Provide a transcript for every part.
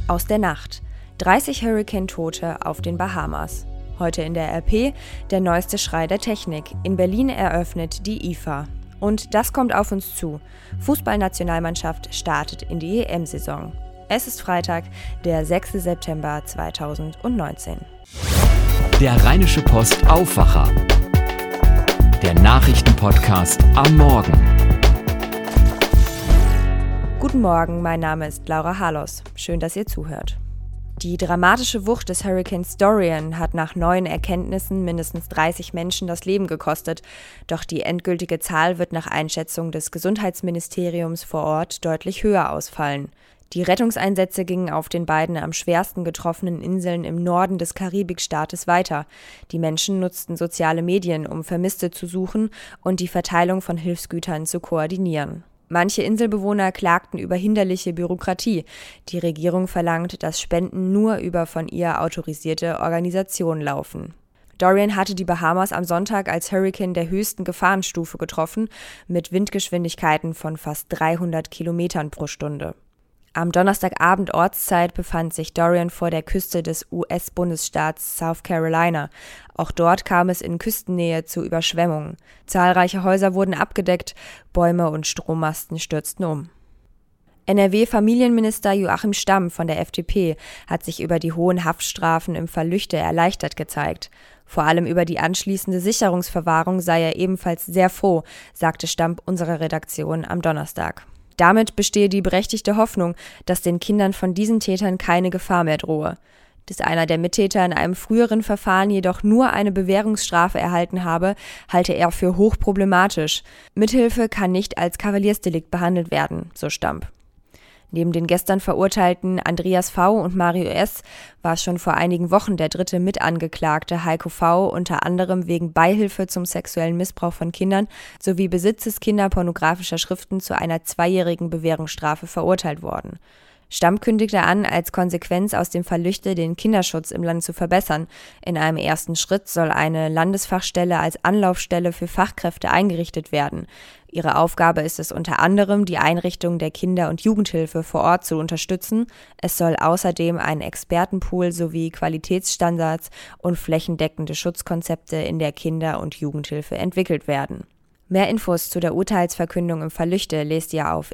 Aus der Nacht. 30 Hurrikan-Tote auf den Bahamas. Heute in der RP der neueste Schrei der Technik. In Berlin eröffnet die IFA. Und das kommt auf uns zu. Fußballnationalmannschaft startet in die EM-Saison. Es ist Freitag, der 6. September 2019. Der Rheinische Post Aufwacher. Der Nachrichtenpodcast am Morgen. Guten Morgen, mein Name ist Laura Harlos. Schön, dass ihr zuhört. Die dramatische Wucht des Hurrikans Dorian hat nach neuen Erkenntnissen mindestens 30 Menschen das Leben gekostet. Doch die endgültige Zahl wird nach Einschätzung des Gesundheitsministeriums vor Ort deutlich höher ausfallen. Die Rettungseinsätze gingen auf den beiden am schwersten getroffenen Inseln im Norden des Karibikstaates weiter. Die Menschen nutzten soziale Medien, um Vermisste zu suchen und die Verteilung von Hilfsgütern zu koordinieren. Manche Inselbewohner klagten über hinderliche Bürokratie. Die Regierung verlangt, dass Spenden nur über von ihr autorisierte Organisationen laufen. Dorian hatte die Bahamas am Sonntag als Hurrikan der höchsten Gefahrenstufe getroffen, mit Windgeschwindigkeiten von fast 300 Kilometern pro Stunde. Am Donnerstagabend Ortszeit befand sich Dorian vor der Küste des US-Bundesstaats South Carolina. Auch dort kam es in Küstennähe zu Überschwemmungen. Zahlreiche Häuser wurden abgedeckt, Bäume und Strommasten stürzten um. NRW-Familienminister Joachim Stamm von der FDP hat sich über die hohen Haftstrafen im Fall Lüchte erleichtert gezeigt. Vor allem über die anschließende Sicherungsverwahrung sei er ebenfalls sehr froh, sagte Stamm unserer Redaktion am Donnerstag. Damit bestehe die berechtigte Hoffnung, dass den Kindern von diesen Tätern keine Gefahr mehr drohe. Dass einer der Mittäter in einem früheren Verfahren jedoch nur eine Bewährungsstrafe erhalten habe, halte er für hochproblematisch. Mithilfe kann nicht als Kavaliersdelikt behandelt werden, so Stamm. Neben den gestern verurteilten Andreas V. und Mario S. war schon vor einigen Wochen der dritte Mitangeklagte Heiko V. unter anderem wegen Beihilfe zum sexuellen Missbrauch von Kindern sowie Besitzes kinderpornografischer Schriften zu einer 2-jährigen Bewährungsstrafe verurteilt worden. Stamm kündigte an, als Konsequenz aus dem Fall Lüchte den Kinderschutz im Land zu verbessern. In einem ersten Schritt soll eine Landesfachstelle als Anlaufstelle für Fachkräfte eingerichtet werden. Ihre Aufgabe ist es unter anderem, die Einrichtung der Kinder- und Jugendhilfe vor Ort zu unterstützen. Es soll außerdem einen Expertenpool sowie Qualitätsstandards und flächendeckende Schutzkonzepte in der Kinder- und Jugendhilfe entwickelt werden. Mehr Infos zu der Urteilsverkündung im Fall Lüchte lest ihr auf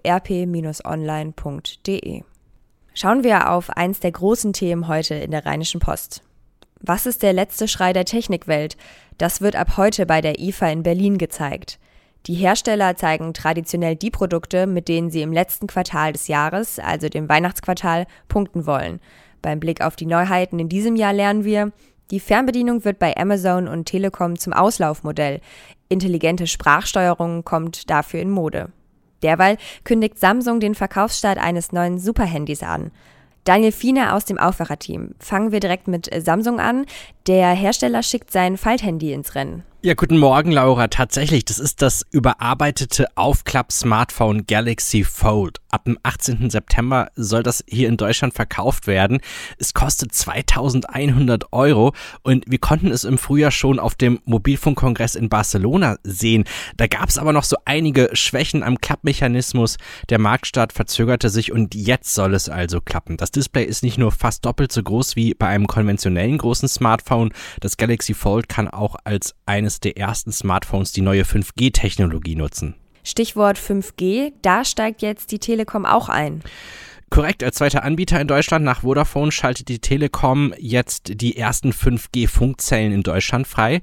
rp-online.de. Schauen wir auf eins der großen Themen heute in der Rheinischen Post. Was ist der letzte Schrei der Technikwelt? Das wird ab heute bei der IFA in Berlin gezeigt. Die Hersteller zeigen traditionell die Produkte, mit denen sie im letzten Quartal des Jahres, also dem Weihnachtsquartal, punkten wollen. Beim Blick auf die Neuheiten in diesem Jahr lernen wir, die Fernbedienung wird bei Amazon und Telekom zum Auslaufmodell. Intelligente Sprachsteuerung kommt dafür in Mode. Derweil kündigt Samsung den Verkaufsstart eines neuen Superhandys an. Daniel Fiene aus dem Aufwacherteam. Fangen wir direkt mit Samsung an. Der Hersteller schickt sein Falthandy ins Rennen. Ja, guten Morgen, Laura. Tatsächlich, das ist das überarbeitete Aufklapp-Smartphone Galaxy Fold. Ab dem 18. September soll das hier in Deutschland verkauft werden. Es kostet 2.100 € und wir konnten es im Frühjahr schon auf dem Mobilfunkkongress in Barcelona sehen. Da gab es aber noch so einige Schwächen am Klappmechanismus. Der Marktstart verzögerte sich und jetzt soll es also klappen. Das Display ist nicht nur fast doppelt so groß wie bei einem konventionellen großen Smartphone. Das Galaxy Fold kann auch als eines der ersten Smartphones die neue 5G-Technologie nutzen. Stichwort 5G, da steigt jetzt die Telekom auch ein. Korrekt, als zweiter Anbieter in Deutschland nach Vodafone schaltet die Telekom jetzt die ersten 5G-Funkzellen in Deutschland frei.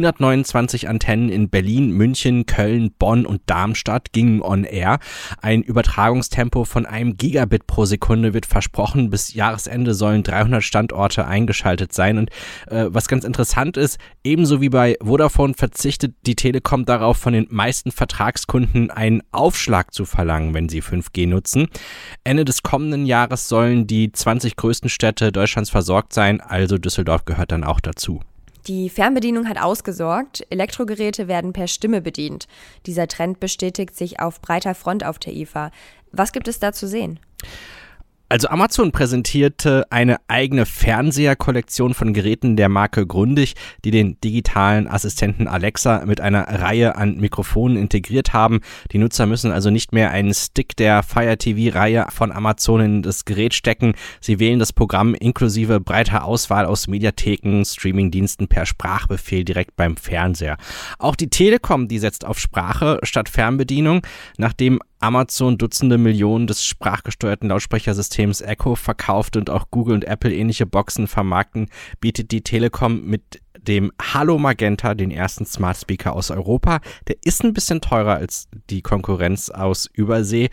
129 Antennen in Berlin, München, Köln, Bonn und Darmstadt gingen on air. Ein Übertragungstempo von 1 Gigabit pro Sekunde wird versprochen. Bis Jahresende sollen 300 Standorte eingeschaltet sein. Und was ganz interessant ist, ebenso wie bei Vodafone verzichtet die Telekom darauf, von den meisten Vertragskunden einen Aufschlag zu verlangen, wenn sie 5G nutzen. Ende des kommenden Jahres sollen die 20 größten Städte Deutschlands versorgt sein, also Düsseldorf gehört dann auch dazu. Die Fernbedienung hat ausgesorgt, Elektrogeräte werden per Stimme bedient. Dieser Trend bestätigt sich auf breiter Front auf der IFA. Was gibt es da zu sehen? Also Amazon präsentierte eine eigene Fernseherkollektion von Geräten der Marke Grundig, die den digitalen Assistenten Alexa mit einer Reihe an Mikrofonen integriert haben. Die Nutzer müssen also nicht mehr einen Stick der Fire TV-Reihe von Amazon in das Gerät stecken. Sie wählen das Programm inklusive breiter Auswahl aus Mediatheken, Streamingdiensten per Sprachbefehl direkt beim Fernseher. Auch die Telekom, die setzt auf Sprache statt Fernbedienung, nachdem Amazon Dutzende Millionen des sprachgesteuerten Lautsprechersystems Echo verkauft und auch Google und Apple ähnliche Boxen vermarkten, bietet die Telekom mit dem Hallo Magenta den ersten Smart Speaker aus Europa. Der ist ein bisschen teurer als die Konkurrenz aus Übersee.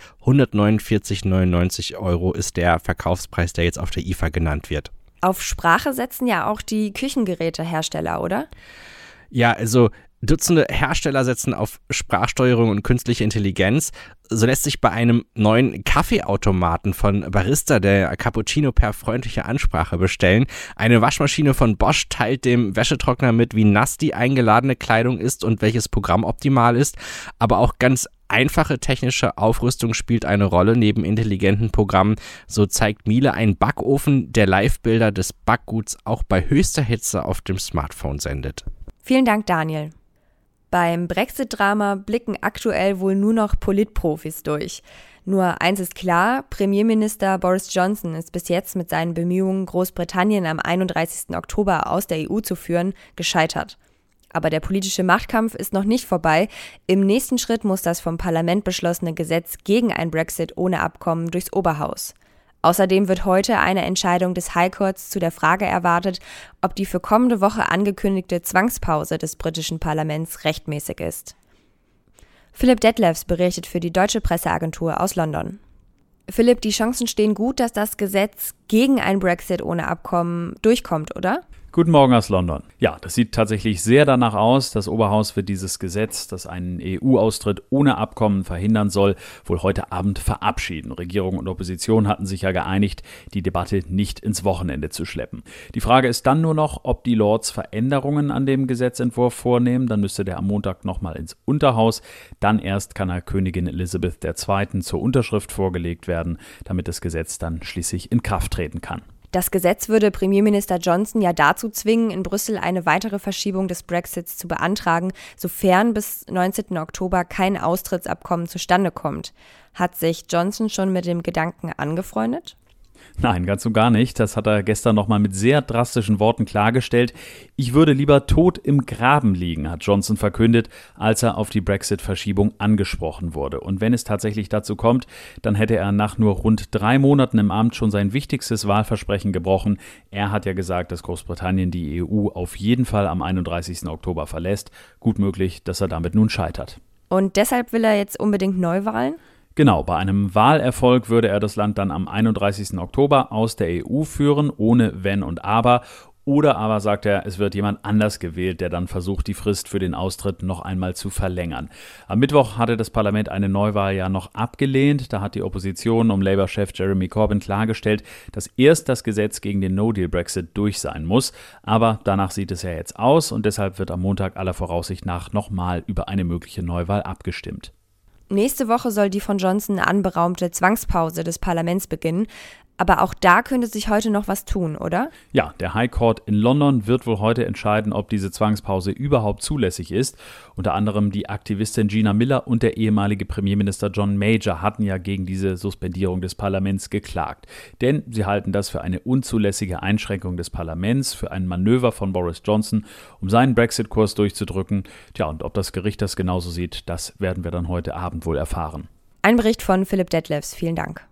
149,99 € ist der Verkaufspreis, der jetzt auf der IFA genannt wird. Auf Sprache setzen ja auch die Küchengerätehersteller, oder? Ja, also Dutzende Hersteller setzen auf Sprachsteuerung und künstliche Intelligenz. So lässt sich bei einem neuen Kaffeeautomaten von Barista der Cappuccino per freundliche Ansprache bestellen. Eine Waschmaschine von Bosch teilt dem Wäschetrockner mit, wie nass die eingeladene Kleidung ist und welches Programm optimal ist. Aber auch ganz einfache technische Aufrüstung spielt eine Rolle neben intelligenten Programmen. So zeigt Miele einen Backofen, der Live-Bilder des Backguts auch bei höchster Hitze auf dem Smartphone sendet. Vielen Dank, Daniel. Beim Brexit-Drama blicken aktuell wohl nur noch Politprofis durch. Nur eins ist klar, Premierminister Boris Johnson ist bis jetzt mit seinen Bemühungen, Großbritannien am 31. Oktober aus der EU zu führen, gescheitert. Aber der politische Machtkampf ist noch nicht vorbei. Im nächsten Schritt muss das vom Parlament beschlossene Gesetz gegen ein Brexit ohne Abkommen durchs Oberhaus. Außerdem wird heute eine Entscheidung des High Courts zu der Frage erwartet, ob die für kommende Woche angekündigte Zwangspause des britischen Parlaments rechtmäßig ist. Philipp Detlefs berichtet für die Deutsche Presseagentur aus London. Philipp, die Chancen stehen gut, dass das Gesetz gegen ein Brexit ohne Abkommen durchkommt, oder? Guten Morgen aus London. Ja, das sieht tatsächlich sehr danach aus. Das Oberhaus wird dieses Gesetz, das einen EU-Austritt ohne Abkommen verhindern soll, wohl heute Abend verabschieden. Regierung und Opposition hatten sich ja geeinigt, die Debatte nicht ins Wochenende zu schleppen. Die Frage ist dann nur noch, ob die Lords Veränderungen an dem Gesetzentwurf vornehmen. Dann müsste der am Montag nochmal ins Unterhaus. Dann erst kann er Königin Elizabeth II. Zur Unterschrift vorgelegt werden, damit das Gesetz dann schließlich in Kraft treten kann. Das Gesetz würde Premierminister Johnson ja dazu zwingen, in Brüssel eine weitere Verschiebung des Brexits zu beantragen, sofern bis 19. Oktober kein Austrittsabkommen zustande kommt. Hat sich Johnson schon mit dem Gedanken angefreundet? Nein, ganz und gar nicht. Das hat er gestern nochmal mit sehr drastischen Worten klargestellt. Ich würde lieber tot im Graben liegen, hat Johnson verkündet, als er auf die Brexit-Verschiebung angesprochen wurde. Und wenn es tatsächlich dazu kommt, dann hätte er nach nur rund 3 Monaten im Amt schon sein wichtigstes Wahlversprechen gebrochen. Er hat ja gesagt, dass Großbritannien die EU auf jeden Fall am 31. Oktober verlässt. Gut möglich, dass er damit nun scheitert. Und deshalb will er jetzt unbedingt Neuwahlen? Genau, bei einem Wahlerfolg würde er das Land dann am 31. Oktober aus der EU führen, ohne Wenn und Aber. Oder aber, sagt er, es wird jemand anders gewählt, der dann versucht, die Frist für den Austritt noch einmal zu verlängern. Am Mittwoch hatte das Parlament eine Neuwahl ja noch abgelehnt. Da hat die Opposition um Labour-Chef Jeremy Corbyn klargestellt, dass erst das Gesetz gegen den No-Deal-Brexit durch sein muss. Aber danach sieht es ja jetzt aus und deshalb wird am Montag aller Voraussicht nach nochmal über eine mögliche Neuwahl abgestimmt. Nächste Woche soll die von Johnson anberaumte Zwangspause des Parlaments beginnen. Aber auch da könnte sich heute noch was tun, oder? Ja, der High Court in London wird wohl heute entscheiden, ob diese Zwangspause überhaupt zulässig ist. Unter anderem die Aktivistin Gina Miller und der ehemalige Premierminister John Major hatten ja gegen diese Suspendierung des Parlaments geklagt. Denn sie halten das für eine unzulässige Einschränkung des Parlaments, für ein Manöver von Boris Johnson, um seinen Brexit-Kurs durchzudrücken. Tja, und ob das Gericht das genauso sieht, das werden wir dann heute Abend wohl erfahren. Ein Bericht von Philipp Detlefs. Vielen Dank.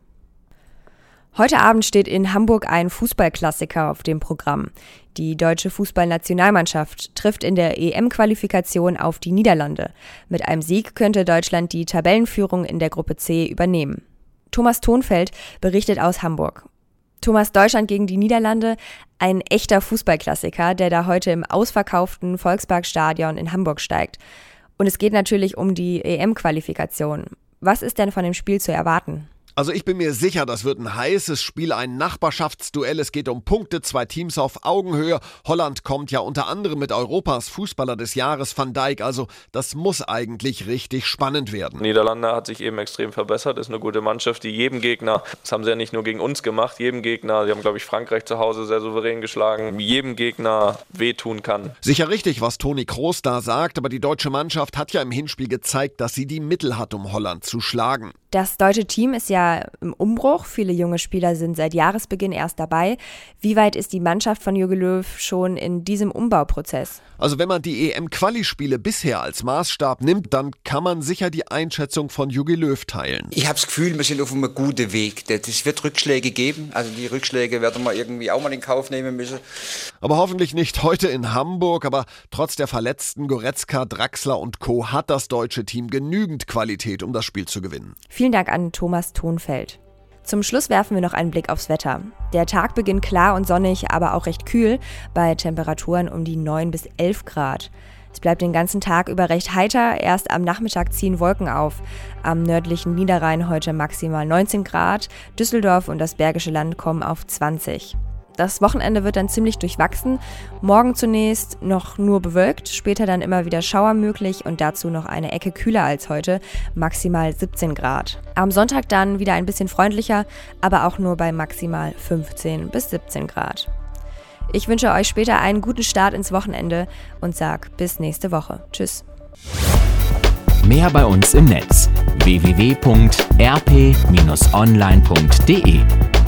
Heute Abend steht in Hamburg ein Fußballklassiker auf dem Programm. Die deutsche Fußballnationalmannschaft trifft in der EM-Qualifikation auf die Niederlande. Mit einem Sieg könnte Deutschland die Tabellenführung in der Gruppe C übernehmen. Thomas Thonfeld berichtet aus Hamburg. Thomas, Deutschland gegen die Niederlande, ein echter Fußballklassiker, der da heute im ausverkauften Volksparkstadion in Hamburg steigt. Und es geht natürlich um die EM-Qualifikation. Was ist denn von dem Spiel zu erwarten? Also ich bin mir sicher, das wird ein heißes Spiel, ein Nachbarschaftsduell. Es geht um Punkte, 2 Teams auf Augenhöhe. Holland kommt ja unter anderem mit Europas Fußballer des Jahres Van Dijk. Also das muss eigentlich richtig spannend werden. Niederlande hat sich eben extrem verbessert, ist eine gute Mannschaft, die jedem Gegner, das haben sie ja nicht nur gegen uns gemacht, jedem Gegner, die haben glaube ich Frankreich zu Hause sehr souverän geschlagen, jedem Gegner wehtun kann. Sicher richtig, was Toni Kroos da sagt, aber die deutsche Mannschaft hat ja im Hinspiel gezeigt, dass sie die Mittel hat, um Holland zu schlagen. Das deutsche Team ist ja im Umbruch. Viele junge Spieler sind seit Jahresbeginn erst dabei. Wie weit ist die Mannschaft von Jogi Löw schon in diesem Umbauprozess? Also wenn man die EM-Quali-Spiele bisher als Maßstab nimmt, dann kann man sicher die Einschätzung von Jogi Löw teilen. Ich habe das Gefühl, wir sind auf einem guten Weg. Es wird Rückschläge geben. Also die Rückschläge werden wir irgendwie auch mal in Kauf nehmen müssen. Aber hoffentlich nicht heute in Hamburg. Aber trotz der Verletzten Goretzka, Draxler und Co. hat das deutsche Team genügend Qualität, um das Spiel zu gewinnen. Vielen Dank an Thomas Thonfeld. Zum Schluss werfen wir noch einen Blick aufs Wetter. Der Tag beginnt klar und sonnig, aber auch recht kühl, bei Temperaturen um die 9 bis 11 Grad. Es bleibt den ganzen Tag über recht heiter, erst am Nachmittag ziehen Wolken auf. Am nördlichen Niederrhein heute maximal 19 Grad, Düsseldorf und das Bergische Land kommen auf 20. Das Wochenende wird dann ziemlich durchwachsen. Morgen zunächst noch nur bewölkt, später dann immer wieder Schauer möglich und dazu noch eine Ecke kühler als heute, maximal 17 Grad. Am Sonntag dann wieder ein bisschen freundlicher, aber auch nur bei maximal 15 bis 17 Grad. Ich wünsche euch später einen guten Start ins Wochenende und sag bis nächste Woche. Tschüss. Mehr bei uns im Netz: www.rp-online.de